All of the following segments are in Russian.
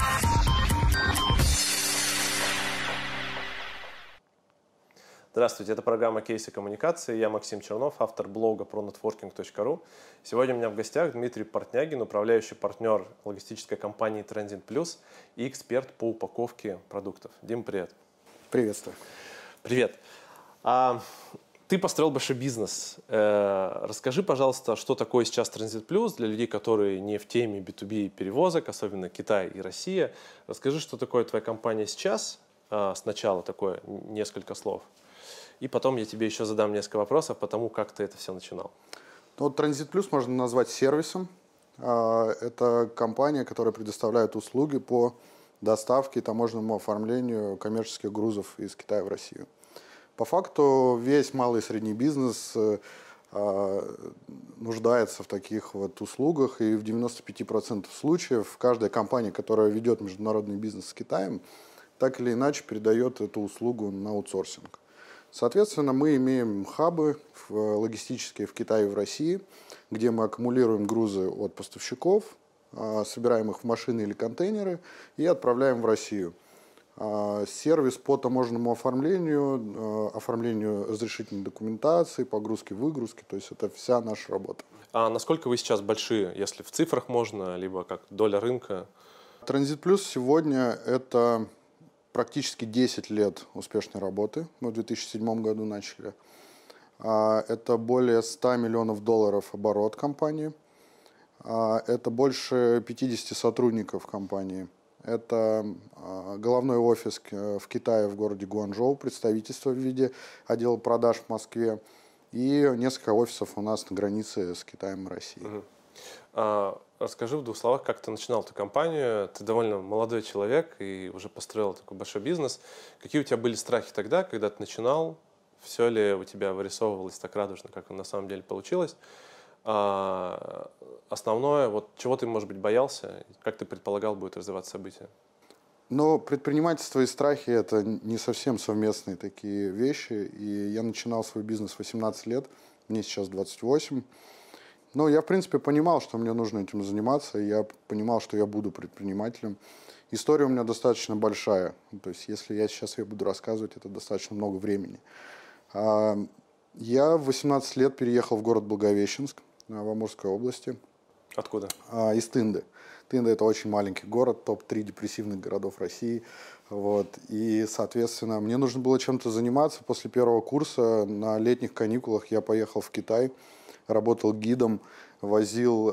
Здравствуйте, это программа «Кейсы коммуникации». Я Максим Чернов, автор блога pronetworking.ru. Сегодня у меня в гостях Дмитрий Портнягин, управляющий партнер логистической компании Transit Plus и эксперт по упаковке продуктов. Дим, привет. Приветствую. Привет. Ты построил большой бизнес. Расскажи, пожалуйста, что такое сейчас Transit Plus для людей, которые не в теме B2B перевозок, особенно Китай и Россия. Расскажи, что такое твоя компания сейчас. Сначала такое несколько слов. И потом я тебе еще задам несколько вопросов по тому, как ты это все начинал. Ну, Transit Plus можно назвать сервисом. Это компания, которая предоставляет услуги по доставке и таможенному оформлению коммерческих грузов из Китая в Россию. По факту весь малый и средний бизнес нуждается в таких вот услугах, и в 95% случаев каждая компания, которая ведет международный бизнес с Китаем, так или иначе передает эту услугу на аутсорсинг. Соответственно, мы имеем хабы логистические в Китае и в России, где мы аккумулируем грузы от поставщиков, собираем их в машины или контейнеры и отправляем в Россию. Сервис по таможенному оформлению разрешительной документации, погрузки-выгрузки, то есть это вся наша работа. А насколько вы сейчас большие, если в цифрах можно, либо как доля рынка? Transit Plus сегодня это практически 10 лет успешной работы. Мы в 2007 году начали. Это более 100 миллионов долларов оборот компании. Это больше 50 сотрудников компании. Это головной офис в Китае, в городе Гуанчжоу, представительство в виде отдела продаж в Москве и несколько офисов у нас на границе с Китаем и Россией. Расскажи в двух словах, как ты начинал эту компанию. Ты довольно молодой человек и уже построил такой большой бизнес. Какие у тебя были страхи тогда, когда ты начинал? Все ли у тебя вырисовывалось так радужно, как на самом деле получилось? Основное, вот чего ты, может быть, боялся? Как ты предполагал, будет развиваться события? Но предпринимательство и страхи – это не совсем совместные такие вещи. И я начинал свой бизнес в 18 лет, мне сейчас 28. Но я, в принципе, понимал, что мне нужно этим заниматься, и я понимал, что я буду предпринимателем. История у меня достаточно большая. То есть, если я сейчас ее буду рассказывать, это достаточно много времени. Я в 18 лет переехал в город Благовещенск в Амурской области. Откуда? Из Тынды. Тында – это очень маленький город, топ-3 депрессивных городов России. Вот. И, соответственно, мне нужно было чем-то заниматься. После первого курса на летних каникулах я поехал в Китай, работал гидом, возил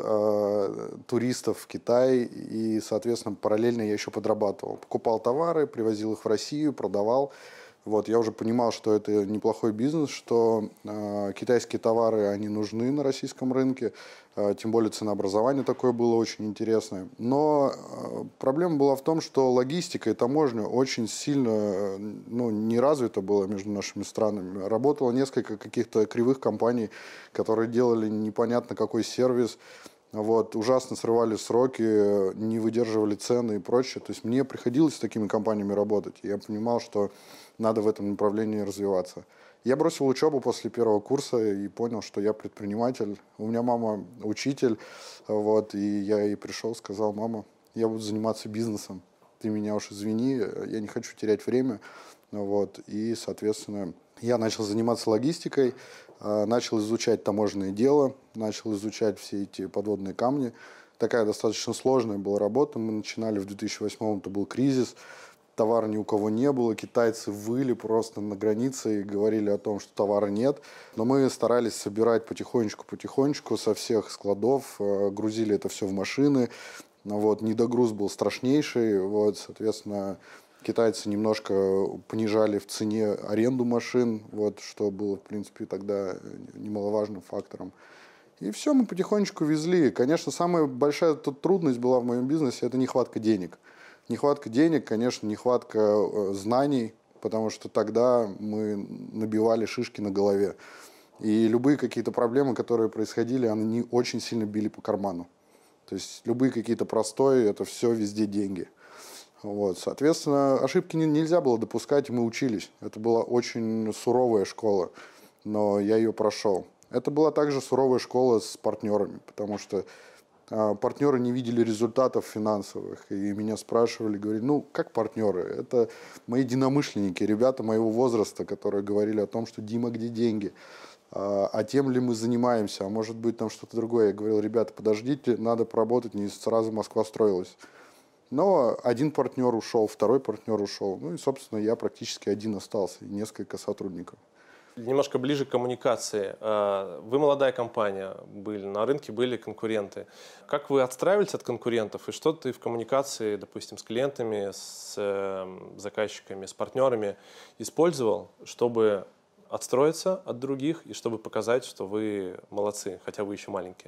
туристов в Китай и, соответственно, параллельно я еще подрабатывал. Покупал товары, привозил их в Россию, продавал. Вот, я уже понимал, что это неплохой бизнес, что китайские товары, они нужны на российском рынке, тем более ценообразование такое было очень интересное. Но проблема была в том, что логистика и таможня очень сильно не развита была между нашими странами. Работало несколько каких-то кривых компаний, которые делали непонятно какой сервис. Вот, ужасно срывали сроки, не выдерживали цены и прочее. То есть мне приходилось с такими компаниями работать. И я понимал, что надо в этом направлении развиваться. Я бросил учебу после первого курса и понял, что я предприниматель. У меня мама учитель, вот, и я ей пришел, сказал: мама, я буду заниматься бизнесом. Ты меня уж извини, я не хочу терять время. Вот, и, соответственно, я начал заниматься логистикой, начал изучать таможенное дело, начал изучать все эти подводные камни. Такая достаточно сложная была работа. Мы начинали в 2008-м, это был кризис, товара ни у кого не было, китайцы выли просто на границе и говорили о том, что товара нет. Но мы старались собирать потихонечку со всех складов, грузили это все в машины. Вот, недогруз был страшнейший, вот, соответственно, китайцы немножко понижали в цене аренду машин, вот, что было, в принципе, тогда немаловажным фактором. И все, мы потихонечку везли. Конечно, самая большая тут трудность была в моем бизнесе – это нехватка денег. Нехватка денег, конечно, нехватка знаний, потому что тогда мы набивали шишки на голове. И любые какие-то проблемы, которые происходили, они очень сильно били по карману. То есть любые какие-то простои – это все везде деньги. Вот, соответственно, ошибки нельзя было допускать, и мы учились. Это была очень суровая школа, но я ее прошел. Это была также суровая школа с партнерами, потому что Партнеры не видели результатов финансовых, и меня спрашивали, говорили, ну, как партнеры? Это мои единомышленники, ребята моего возраста, которые говорили о том, что Дима, где деньги? А тем ли мы занимаемся? А может быть там что-то другое? Я говорил, ребята, подождите, надо поработать, не сразу Москва строилась. Но один партнер ушел, второй партнер ушел. Ну и, собственно, я практически один остался, и несколько сотрудников. Немножко ближе к коммуникации. Вы молодая компания, были на рынке, были конкуренты. Как вы отстраивались от конкурентов? И что ты в коммуникации, допустим, с клиентами, с заказчиками, с партнерами использовал, чтобы отстроиться от других и чтобы показать, что вы молодцы, хотя вы еще маленькие?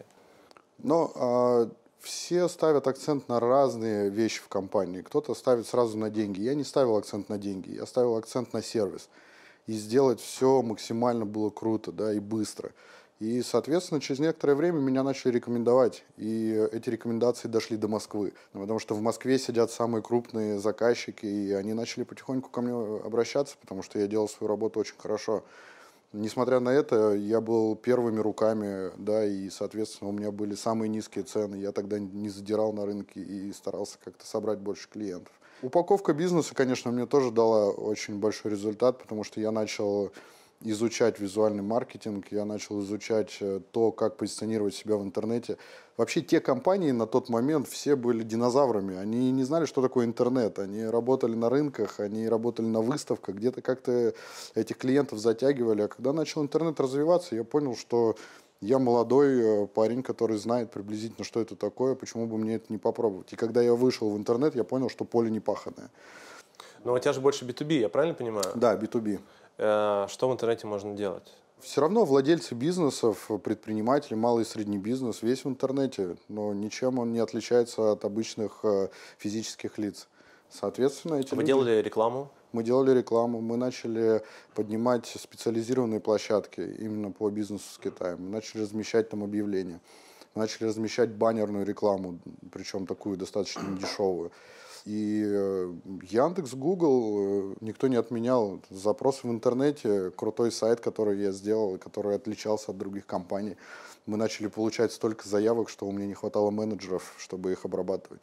Но все ставят акцент на разные вещи в компании. Кто-то ставит сразу на деньги. Я не ставил акцент на деньги, я ставил акцент на сервис. И сделать все максимально было круто, да, и быстро. И, соответственно, через некоторое время меня начали рекомендовать. И эти рекомендации дошли до Москвы. Потому что в Москве сидят самые крупные заказчики, и они начали потихоньку ко мне обращаться, потому что я делал свою работу очень хорошо. Несмотря на это, я был первыми руками, да, и, соответственно, у меня были самые низкие цены. Я тогда не задирал на рынке и старался как-то собрать больше клиентов. Упаковка бизнеса, конечно, мне тоже дала очень большой результат, потому что я начал изучать визуальный маркетинг, я начал изучать то, как позиционировать себя в интернете. Вообще те компании на тот момент все были динозаврами, они не знали, что такое интернет, они работали на рынках, они работали на выставках, где-то как-то этих клиентов затягивали. А когда начал интернет развиваться, я понял, что я молодой парень, который знает приблизительно, что это такое, почему бы мне это не попробовать. И когда я вышел в интернет, я понял, что поле не паханое. Но у тебя же больше B2B, я правильно понимаю? Да, B2B. Что в интернете можно делать? Все равно владельцы бизнесов, предприниматели, малый и средний бизнес, весь в интернете, но ничем он не отличается от обычных физических лиц. Соответственно, эти Вы люди... делали рекламу? Мы делали рекламу, мы начали поднимать специализированные площадки именно по бизнесу с Китаем. Мы начали размещать там объявления. Мы начали размещать баннерную рекламу, причем такую достаточно недешевую. И Яндекс, Google никто не отменял. Запросы в интернете, крутой сайт, который я сделал, который отличался от других компаний. Мы начали получать столько заявок, что у меня не хватало менеджеров, чтобы их обрабатывать.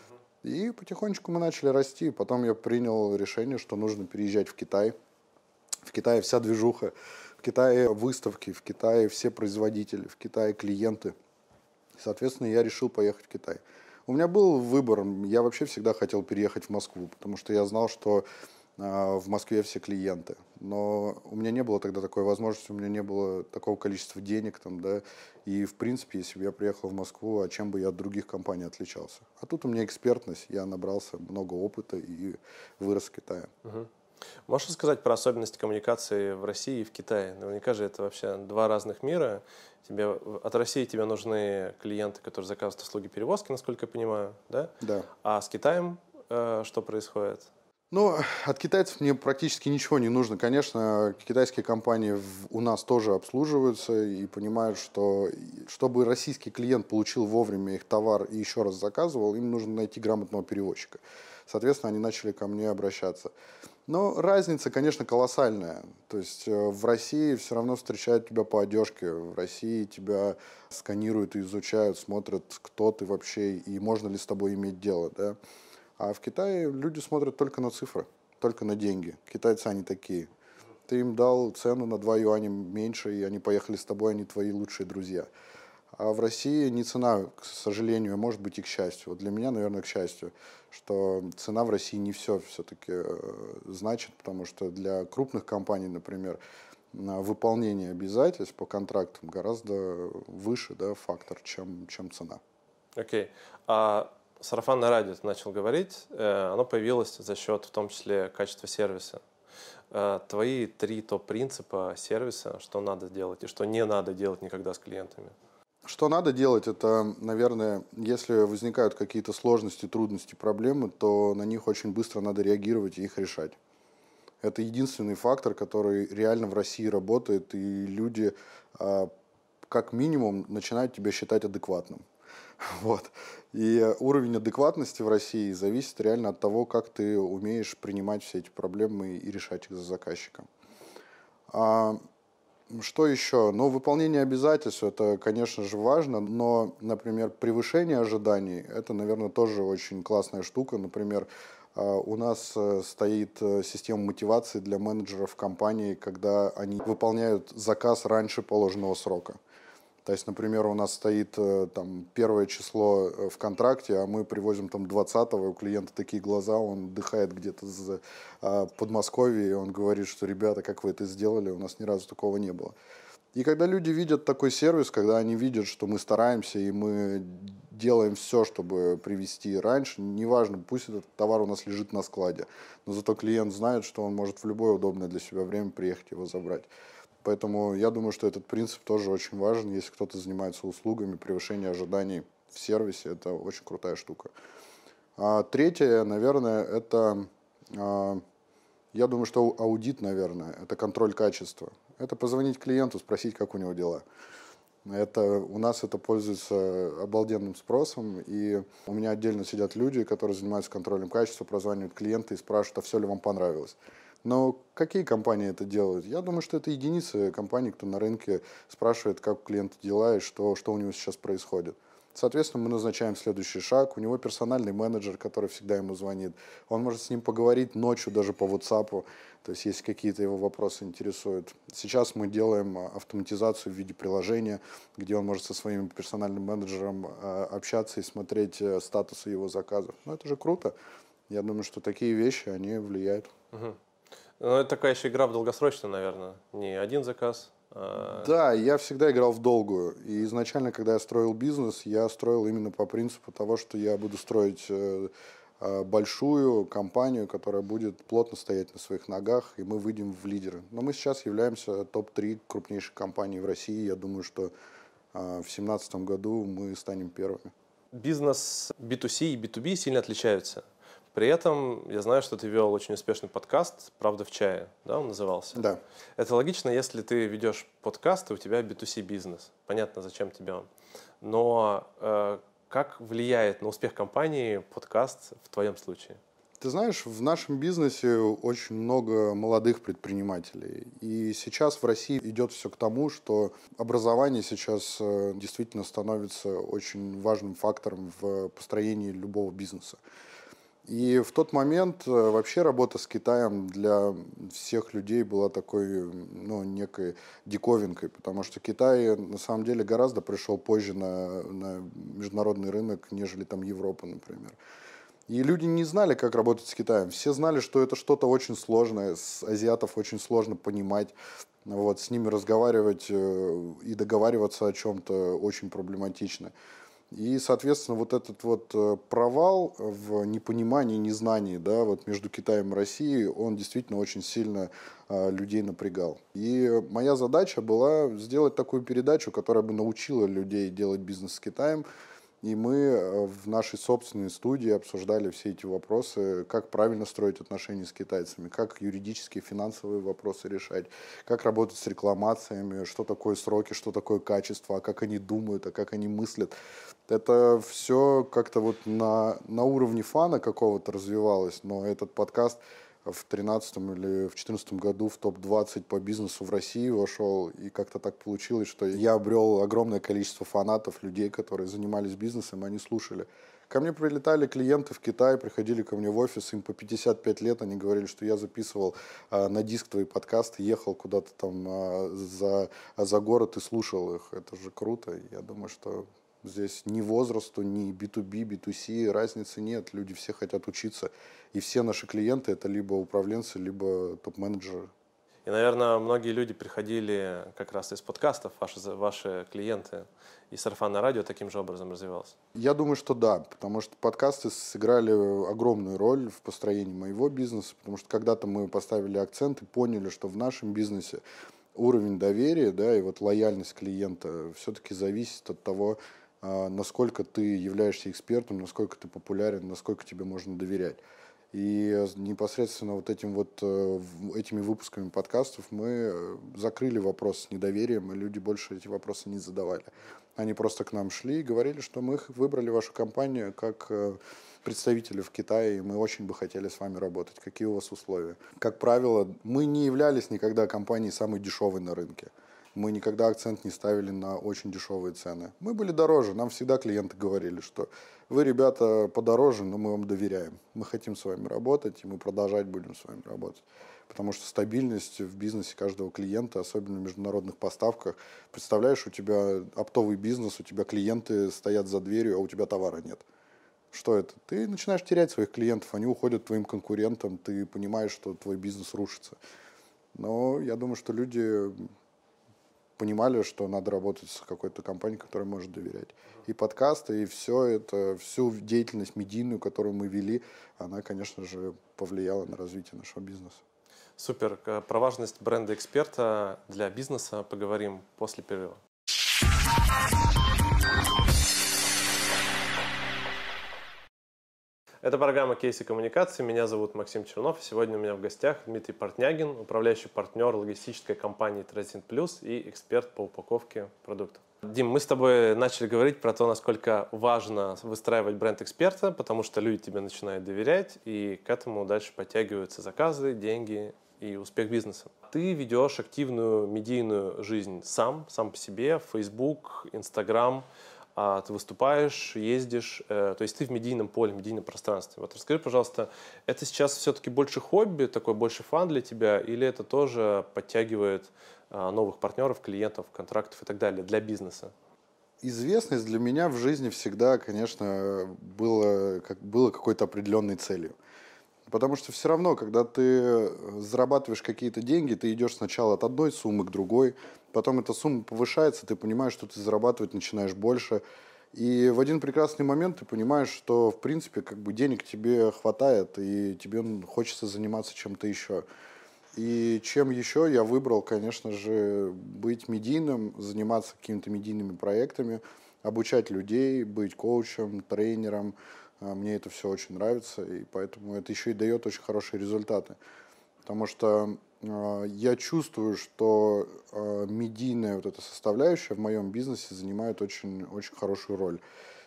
И потихонечку мы начали расти. Потом я принял решение, что нужно переезжать в Китай. В Китае вся движуха, в Китае выставки, в Китае все производители, в Китае клиенты. Соответственно, я решил поехать в Китай. У меня был выбор. Я вообще всегда хотел переехать в Москву, потому что я знал, что в Москве все клиенты. Но у меня не было тогда такой возможности, у меня не было такого количества денег там, да. И, в принципе, если бы я приехал в Москву, а чем бы я от других компаний отличался? А тут у меня экспертность, я набрался много опыта и вырос в Китае. Угу. Можешь рассказать про особенности коммуникации в России и в Китае? Наверняка же это вообще два разных мира. От России тебе нужны клиенты, которые заказывают услуги перевозки, насколько я понимаю, да? Да. А с Китаем что происходит? Ну, от китайцев мне практически ничего не нужно. Конечно, китайские компании у нас тоже обслуживаются и понимают, что чтобы российский клиент получил вовремя их товар и еще раз заказывал, им нужно найти грамотного перевозчика. Соответственно, они начали ко мне обращаться. Но разница, конечно, колоссальная. То есть в России все равно встречают тебя по одежке. В России тебя сканируют и изучают, смотрят, кто ты вообще и можно ли с тобой иметь дело, да. А в Китае люди смотрят только на цифры, только на деньги. Китайцы они такие. Ты им дал цену на 2 юаня меньше, и они поехали с тобой, они твои лучшие друзья. А в России не цена, к сожалению, может быть и к счастью. Вот для меня, наверное, к счастью, что цена в России не все-таки значит, потому что для крупных компаний, например, выполнение обязательств по контрактам гораздо выше, да, фактор, чем цена. Окей. Сарафанное радио ты начал говорить, оно появилось за счет, в том числе, качества сервиса. Твои 3 топ-принципа сервиса, что надо делать и что не надо делать никогда с клиентами? Что надо делать, это, наверное, если возникают какие-то сложности, трудности, проблемы, то на них очень быстро надо реагировать и их решать. Это единственный фактор, который реально в России работает, и люди, как минимум, начинают тебя считать адекватным. Вот. И уровень адекватности в России зависит реально от того, как ты умеешь принимать все эти проблемы и решать их за заказчиком. Что еще? Ну, выполнение обязательств, это, конечно же, важно, но, например, превышение ожиданий, это, наверное, тоже очень классная штука. Например, у нас стоит система мотивации для менеджеров компании, когда они выполняют заказ раньше положенного срока. То есть, например, у нас стоит там первое число в контракте, а мы привозим там 20-го, у клиента такие глаза, он дыхает где-то за Подмосковье, и он говорит, что ребята, как вы это сделали, у нас ни разу такого не было. И когда люди видят такой сервис, когда они видят, что мы стараемся и мы делаем все, чтобы привезти раньше, неважно, пусть этот товар у нас лежит на складе, но зато клиент знает, что он может в любое удобное для себя время приехать его забрать. Поэтому я думаю, что этот принцип тоже очень важен. Если кто-то занимается услугами, превышение ожиданий в сервисе, это очень крутая штука. Третье, наверное, это, я думаю, что аудит, наверное, это контроль качества. Это позвонить клиенту, спросить, как у него дела. У нас это пользуется обалденным спросом, и у меня отдельно сидят люди, которые занимаются контролем качества, прозванивают клиенты и спрашивают, а все ли вам понравилось. Но какие компании это делают? Я думаю, что это единицы компаний, кто на рынке спрашивает, как у клиента дела и что у него сейчас происходит. Соответственно, мы назначаем следующий шаг. У него персональный менеджер, который всегда ему звонит. Он может с ним поговорить ночью даже по WhatsApp, то есть если какие-то его вопросы интересуют. Сейчас мы делаем автоматизацию в виде приложения, где он может со своим персональным менеджером общаться и смотреть статусы его заказов. Ну, это же круто. Я думаю, что такие вещи, они влияют. Угу. Ну, это такая еще игра в долгосрочную, наверное. Не один заказ. Да, я всегда играл в долгую. И изначально, когда я строил бизнес, я строил именно по принципу того, что я буду строить большую компанию, которая будет плотно стоять на своих ногах, и мы выйдем в лидеры. Но мы сейчас являемся топ-3 крупнейших компаний в России. Я думаю, что в 2017 году мы станем первыми. Бизнес B2C и B2B сильно отличаются. При этом я знаю, что ты вел очень успешный подкаст «Правда в чае», да, он назывался? Да. Это логично, если ты ведешь подкаст, и у тебя B2C бизнес. Понятно, зачем тебе он. Но как влияет на успех компании подкаст в твоем случае? Ты знаешь, в нашем бизнесе очень много молодых предпринимателей. И сейчас в России идет все к тому, что образование сейчас действительно становится очень важным фактором в построении любого бизнеса. И в тот момент вообще работа с Китаем для всех людей была такой, ну, некой диковинкой, потому что Китай на самом деле гораздо пришел позже на международный рынок, нежели там Европа, например. И люди не знали, как работать с Китаем. Все знали, что это что-то очень сложное, с азиатов очень сложно понимать, вот, с ними разговаривать и договариваться о чем-то очень проблематично. И, соответственно, вот этот вот провал в непонимании, незнании, да, вот между Китаем и Россией, он действительно очень сильно людей напрягал. И моя задача была сделать такую передачу, которая бы научила людей делать бизнес с Китаем. И мы в нашей собственной студии обсуждали все эти вопросы, как правильно строить отношения с китайцами, как юридические, финансовые вопросы решать, как работать с рекламациями, что такое сроки, что такое качество, а как они думают, а как они мыслят. Это все как-то вот на уровне фана какого-то развивалось, но этот подкаст в 2013 или в 2014 году в топ-20 по бизнесу в России вошел, и как-то так получилось, что я обрел огромное количество фанатов, людей, которые занимались бизнесом, и они слушали. Ко мне прилетали клиенты в Китай, приходили ко мне в офис, им по 55 лет, они говорили, что я записывал на диск твои подкасты, ехал куда-то там за город и слушал их. Это же круто. Я думаю, что здесь ни возрасту, ни B2B, B2C разницы нет. Люди все хотят учиться. И все наши клиенты это либо управленцы, либо топ-менеджеры. И, наверное, многие люди приходили как раз из подкастов, ваши клиенты, и сарафанное радио таким же образом развивалось. Я думаю, что да, потому что подкасты сыграли огромную роль в построении моего бизнеса, потому что когда-то мы поставили акцент и поняли, что в нашем бизнесе уровень доверия, да, и вот лояльность клиента все-таки зависит от того, насколько ты являешься экспертом, насколько ты популярен, насколько тебе можно доверять. И непосредственно вот этими выпусками подкастов мы закрыли вопрос с недоверием, и люди больше эти вопросы не задавали. Они просто к нам шли и говорили, что мы выбрали вашу компанию как представители в Китае, и мы очень бы хотели с вами работать. Какие у вас условия? Как правило, мы не являлись никогда компанией самой дешевой на рынке. Мы никогда акцент не ставили на очень дешевые цены. Мы были дороже, нам всегда клиенты говорили, что вы, ребята, подороже, но мы вам доверяем. Мы хотим с вами работать, и мы продолжать будем с вами работать. Потому что стабильность в бизнесе каждого клиента, особенно в международных поставках, представляешь, у тебя оптовый бизнес, у тебя клиенты стоят за дверью, а у тебя товара нет. Что это? Ты начинаешь терять своих клиентов, они уходят к твоим конкурентам, ты понимаешь, что твой бизнес рушится. Но я думаю, что люди понимали, что надо работать с какой-то компанией, которой может доверять. И подкасты, и все это, всю деятельность медийную, которую мы вели, она, конечно же, повлияла на развитие нашего бизнеса. Супер. Про важность бренда эксперта для бизнеса поговорим после перерыва. Это программа «Кейсы коммуникации». Меня зовут Максим Чернов. И сегодня у меня в гостях Дмитрий Портнягин, управляющий партнер логистической компании Transient Plus и эксперт по упаковке продуктов. Дим, мы с тобой начали говорить про то, насколько важно выстраивать бренд эксперта, потому что люди тебе начинают доверять, и к этому дальше подтягиваются заказы, деньги и успех бизнеса. Ты ведешь активную медийную жизнь сам по себе, Facebook, Instagram. Ты выступаешь, ездишь, то есть ты в медийном поле, в медийном пространстве. Вот расскажи, пожалуйста, это сейчас все-таки больше хобби, такой больше фан для тебя, или это тоже подтягивает новых партнеров, клиентов, контрактов и так далее для бизнеса? Известность для меня в жизни всегда, конечно, было какой-то определенной целью. Потому что все равно, когда ты зарабатываешь какие-то деньги, ты идешь сначала от одной суммы к другой, потом эта сумма повышается, ты понимаешь, что ты зарабатывать начинаешь больше. И в один прекрасный момент ты понимаешь, что, в принципе, как бы денег тебе хватает, и тебе хочется заниматься чем-то еще. И чем еще я выбрал, конечно же, быть медийным, заниматься какими-то медийными проектами, обучать людей, быть коучем, тренером. Мне это все очень нравится, и поэтому это еще и дает очень хорошие результаты. Потому что я чувствую, что медийная вот эта составляющая в моем бизнесе занимает очень, очень хорошую роль.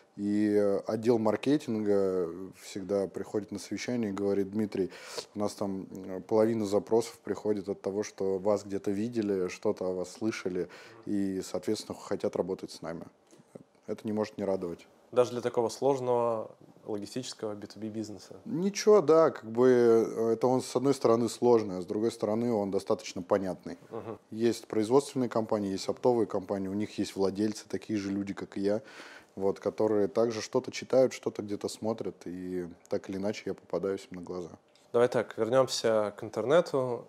И отдел маркетинга всегда приходит на совещание и говорит: Дмитрий, у нас там половина запросов приходит от того, что вас где-то видели, что-то о вас слышали, и, соответственно, хотят работать с нами. Это не может не радовать. Даже для такого сложного логистического B2B бизнеса? Ничего, да, как бы это он с одной стороны сложный, а с другой стороны он достаточно понятный. Есть производственные компании, есть оптовые компании, у них есть владельцы, такие же люди, как и я, вот, которые также что-то читают, что-то где-то смотрят, и так или иначе я попадаюсь им на глаза. Давай так, вернемся к интернету.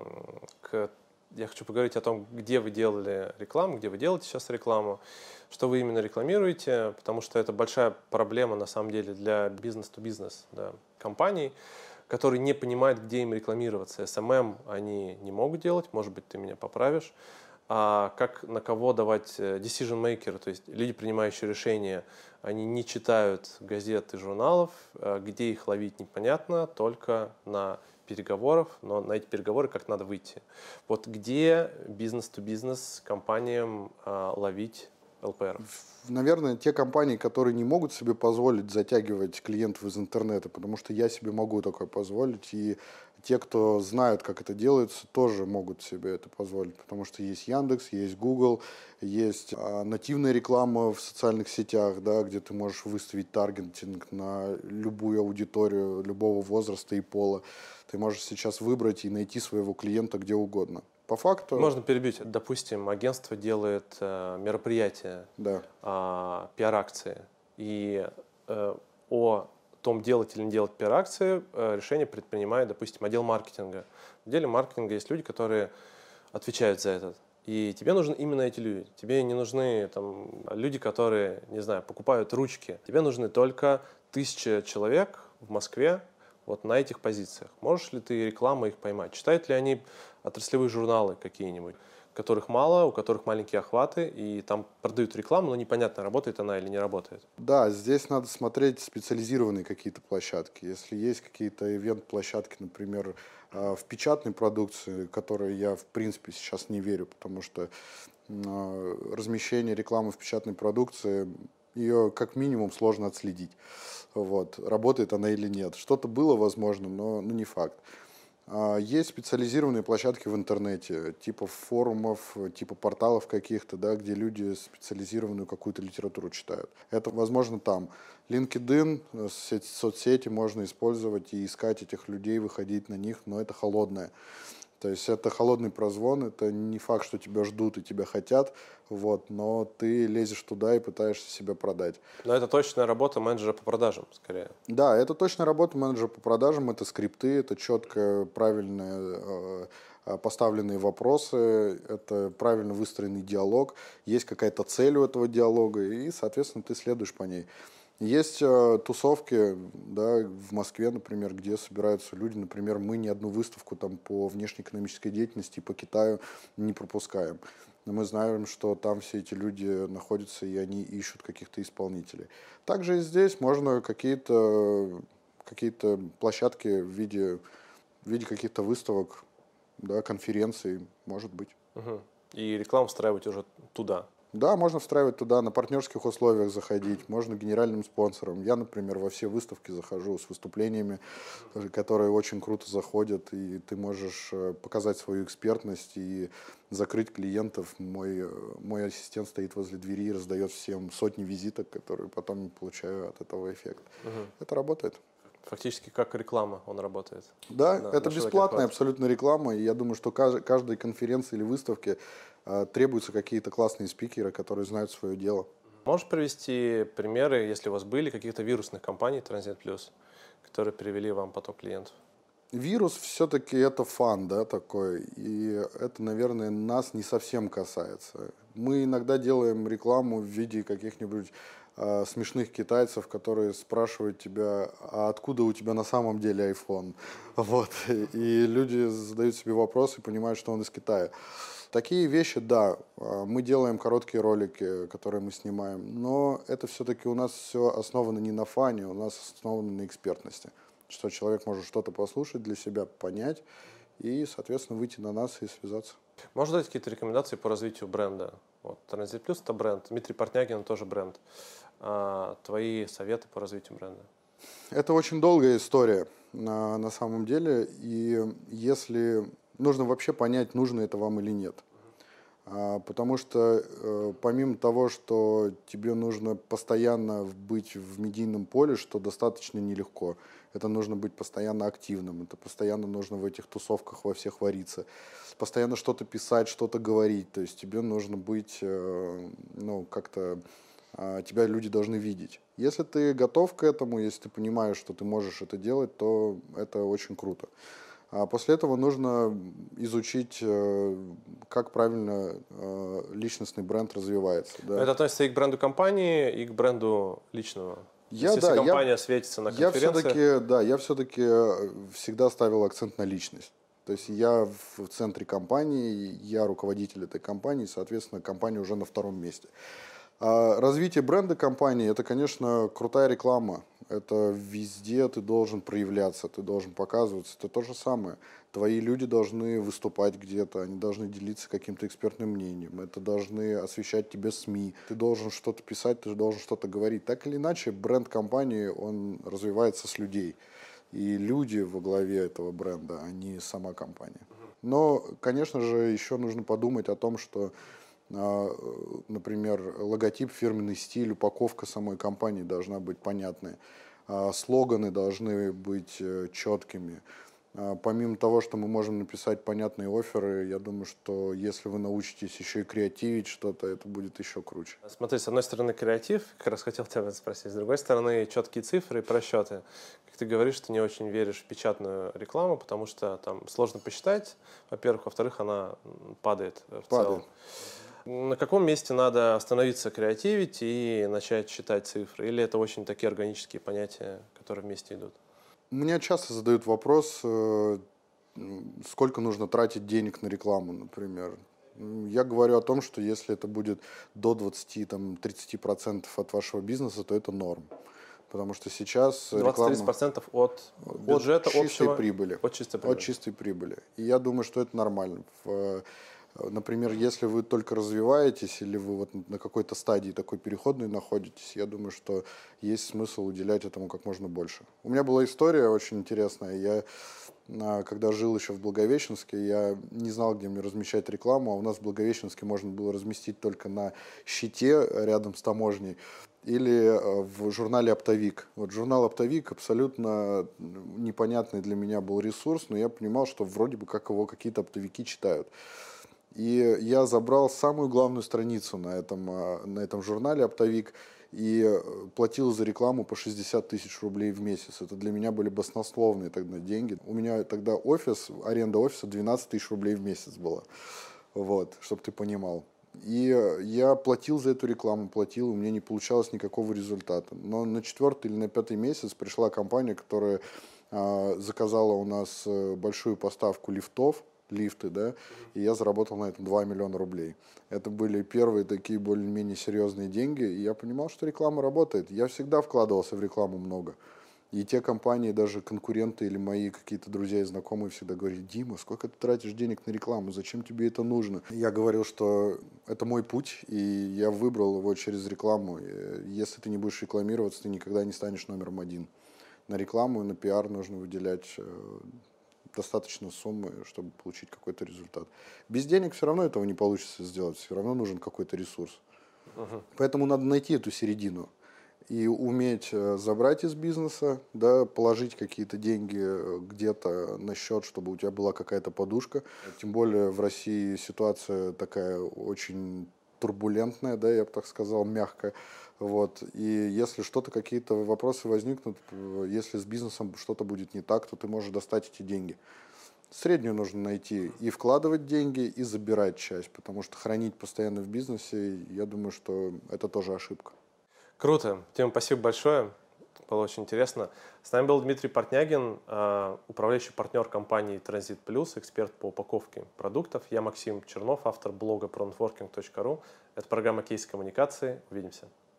Я хочу поговорить о том, где вы делали рекламу, где вы делаете сейчас рекламу, что вы именно рекламируете, потому что это большая проблема на самом деле для бизнес-то-бизнес компаний, которые не понимают, где им рекламироваться. SMM они не могут делать, может быть, ты меня поправишь. А как на кого давать decision maker, то есть люди, принимающие решения, они не читают газет и журналов, где их ловить непонятно, только на переговоров, но на эти переговоры как надо выйти. Вот где бизнес-то-бизнес компаниям ловить ЛПР? Наверное, те компании, которые не могут себе позволить затягивать клиентов из интернета, потому что я себе могу такое позволить, и те, кто знают, как это делается, тоже могут себе это позволить, потому что есть Яндекс, есть Google, есть нативная реклама в социальных сетях, да, где ты можешь выставить таргетинг на любую аудиторию, любого возраста и пола. Ты можешь сейчас выбрать и найти своего клиента где угодно. По факту... Можно перебить. Допустим, агентство делает мероприятие, Да. пиар-акции, и о том, делать или не делать пиар-акции, решение предпринимает, допустим, отдел маркетинга. В отделе маркетинга есть люди, которые отвечают за это. И тебе нужны именно эти люди. Тебе не нужны там, люди, которые, не знаю, покупают ручки. Тебе нужны только 1000 человек в Москве вот на этих позициях. Можешь ли ты рекламой их поймать? Читают ли они отраслевые журналы какие-нибудь, которых мало, у которых маленькие охваты, и там продают рекламу, но непонятно, работает она или не работает? Да, здесь надо смотреть специализированные какие-то площадки. Если есть какие-то ивент-площадки, например, в печатной продукции, которые я, в принципе, сейчас не верю, потому что размещение рекламы в печатной продукции, ее как минимум сложно отследить. Вот, работает она или нет. Что-то было возможным, но не факт. Есть специализированные площадки в интернете, типа форумов, типа порталов каких-то, да, где люди специализированную какую-то литературу читают. Это возможно там. LinkedIn, соцсети можно использовать и искать этих людей, выходить на них, но это холодное. То есть это холодный прозвон, это не факт, что тебя ждут и тебя хотят, вот, но ты лезешь туда и пытаешься себя продать. Но это точная работа менеджера по продажам, скорее. Да, это точно работа менеджера по продажам, это скрипты, это четко, правильно поставленные вопросы, это правильно выстроенный диалог, есть какая-то цель у этого диалога, и, соответственно, ты следуешь по ней. Есть тусовки, да, в Москве, например, где собираются люди. Например, мы ни одну выставку там, по внешнеэкономической деятельности по Китаю не пропускаем. Но мы знаем, что там все эти люди находятся, и они ищут каких-то исполнителей. Также и здесь можно какие-то площадки в виде каких-то выставок, да, конференций, может быть. Угу. И рекламу встраивать уже туда. Да, можно встраивать туда, на партнерских условиях заходить, можно генеральным спонсором. Я, например, во все выставки захожу с выступлениями, которые очень круто заходят, и ты можешь показать свою экспертность и закрыть клиентов. Мой ассистент стоит возле двери и раздает всем сотни визиток, которые потом получаю от этого эффект. Угу. Это работает. Фактически как реклама он работает. Да, это бесплатная абсолютно реклама, и я думаю, что каждой конференции или выставке требуются какие-то классные спикеры, которые знают свое дело. Можешь привести примеры, если у вас были, каких-то вирусных компаний Transient Plus, которые привели вам поток клиентов? Вирус все-таки это фан, да, такой, и это, наверное, нас не совсем касается. Мы иногда делаем рекламу в виде каких-нибудь смешных китайцев, которые спрашивают тебя, а откуда у тебя на самом деле iPhone? Вот. И люди задают себе вопрос и понимают, что он из Китая. Такие вещи, да, мы делаем короткие ролики, которые мы снимаем, но это все-таки у нас все основано не на фане, у нас основано на экспертности. Что человек может что-то послушать для себя, понять и, соответственно, выйти на нас и связаться. Можно дать какие-то рекомендации по развитию бренда? Вот, Transient Plus – это бренд, Дмитрий Портнягин – тоже бренд. Твои советы по развитию бренда? Это очень долгая история на самом деле, и если нужно вообще понять, нужно это вам или нет. Потому что помимо того, что тебе нужно постоянно быть в медийном поле, что достаточно нелегко, это нужно быть постоянно активным, это постоянно нужно в этих тусовках во всех вариться, постоянно что-то писать, что-то говорить, то есть тебе нужно быть, ну, как-то, тебя люди должны видеть. Если ты готов к этому, если ты понимаешь, что ты можешь это делать, то это очень круто. А после этого нужно изучить, как правильно личностный бренд развивается. Да. Это относится и к бренду компании, и к бренду личного. Если компания светится на конференции. Я все-таки всегда ставил акцент на личность. То есть я в центре компании, я руководитель этой компании, соответственно, компания уже на втором месте. А развитие бренда компании – это, конечно, крутая реклама. Это везде ты должен проявляться, ты должен показываться. Это то же самое. Твои люди должны выступать где-то, они должны делиться каким-то экспертным мнением. Это должны освещать тебе СМИ. Ты должен что-то писать, ты должен что-то говорить. Так или иначе, бренд компании, он развивается с людей. И люди во главе этого бренда, а не сама компания. Но, конечно же, еще нужно подумать о том, что например, логотип, фирменный стиль, упаковка самой компании должна быть понятной. Слоганы должны быть четкими. Помимо того, что мы можем написать понятные офферы, я думаю, что если вы научитесь еще и креативить что-то, это будет еще круче. Смотри, с одной стороны креатив, как раз хотел тебя спросить, с другой стороны четкие цифры и просчеты. Как ты говоришь, ты не очень веришь в печатную рекламу, потому что там сложно посчитать, во-первых, во-вторых, она падает в целом. На каком месте надо остановиться, креативить и начать считать цифры? Или это очень такие органические понятия, которые вместе идут? Мне часто задают вопрос, сколько нужно тратить денег на рекламу, например. Я говорю о том, что если это будет до 20-30% от вашего бизнеса, то это норм. Потому что сейчас 20-30% от бюджета чистой прибыли. От чистой прибыли. От чистой прибыли. И я думаю, что это нормально. Например, если вы только развиваетесь или вы вот на какой-то стадии такой переходной находитесь, я думаю, что есть смысл уделять этому как можно больше. У меня была история очень интересная. Я когда жил еще в Благовещенске, я не знал, где мне размещать рекламу, а у нас в Благовещенске можно было разместить только на щите рядом с таможней или в журнале «Оптовик». Вот журнал «Оптовик» абсолютно непонятный для меня был ресурс, но я понимал, что вроде бы как его какие-то оптовики читают. И я забрал самую главную страницу на этом журнале «Оптовик» и платил за рекламу по 60 тысяч рублей в месяц. Это для меня были баснословные тогда деньги. У меня тогда аренда офиса 12 тысяч рублей в месяц была. Вот, чтобы ты понимал. И я платил за эту рекламу, у меня не получалось никакого результата. Но на 4-й или на 5-й месяц пришла компания, которая заказала у нас большую поставку лифты, да, и я заработал на этом 2 миллиона рублей. Это были первые такие более-менее серьезные деньги, и я понимал, что реклама работает. Я всегда вкладывался в рекламу много. И те компании, даже конкуренты или мои какие-то друзья и знакомые всегда говорили: Дима, сколько ты тратишь денег на рекламу, зачем тебе это нужно? Я говорил, что это мой путь, и я выбрал его через рекламу. Если ты не будешь рекламироваться, ты никогда не станешь номером один. На рекламу и на пиар нужно выделять достаточно суммы, чтобы получить какой-то результат. Без денег все равно этого не получится сделать, все равно нужен какой-то ресурс. Поэтому надо найти эту середину и уметь забрать из бизнеса, да, положить какие-то деньги где-то на счет, чтобы у тебя была какая-то подушка. Тем более в России ситуация такая очень турбулентная, да, я бы так сказал, мягко. Вот. И если какие-то вопросы возникнут, если с бизнесом что-то будет не так, то ты можешь достать эти деньги. Среднюю нужно найти и вкладывать деньги, и забирать часть, потому что хранить постоянно в бизнесе, я думаю, что это тоже ошибка. Круто. Тема, спасибо большое. Было очень интересно. С нами был Дмитрий Портнягин, управляющий партнер компании Транзит Плюс, эксперт по упаковке продуктов. Я Максим Чернов, автор блога pronetworking.ru. Это программа «Кейс коммуникации». Увидимся.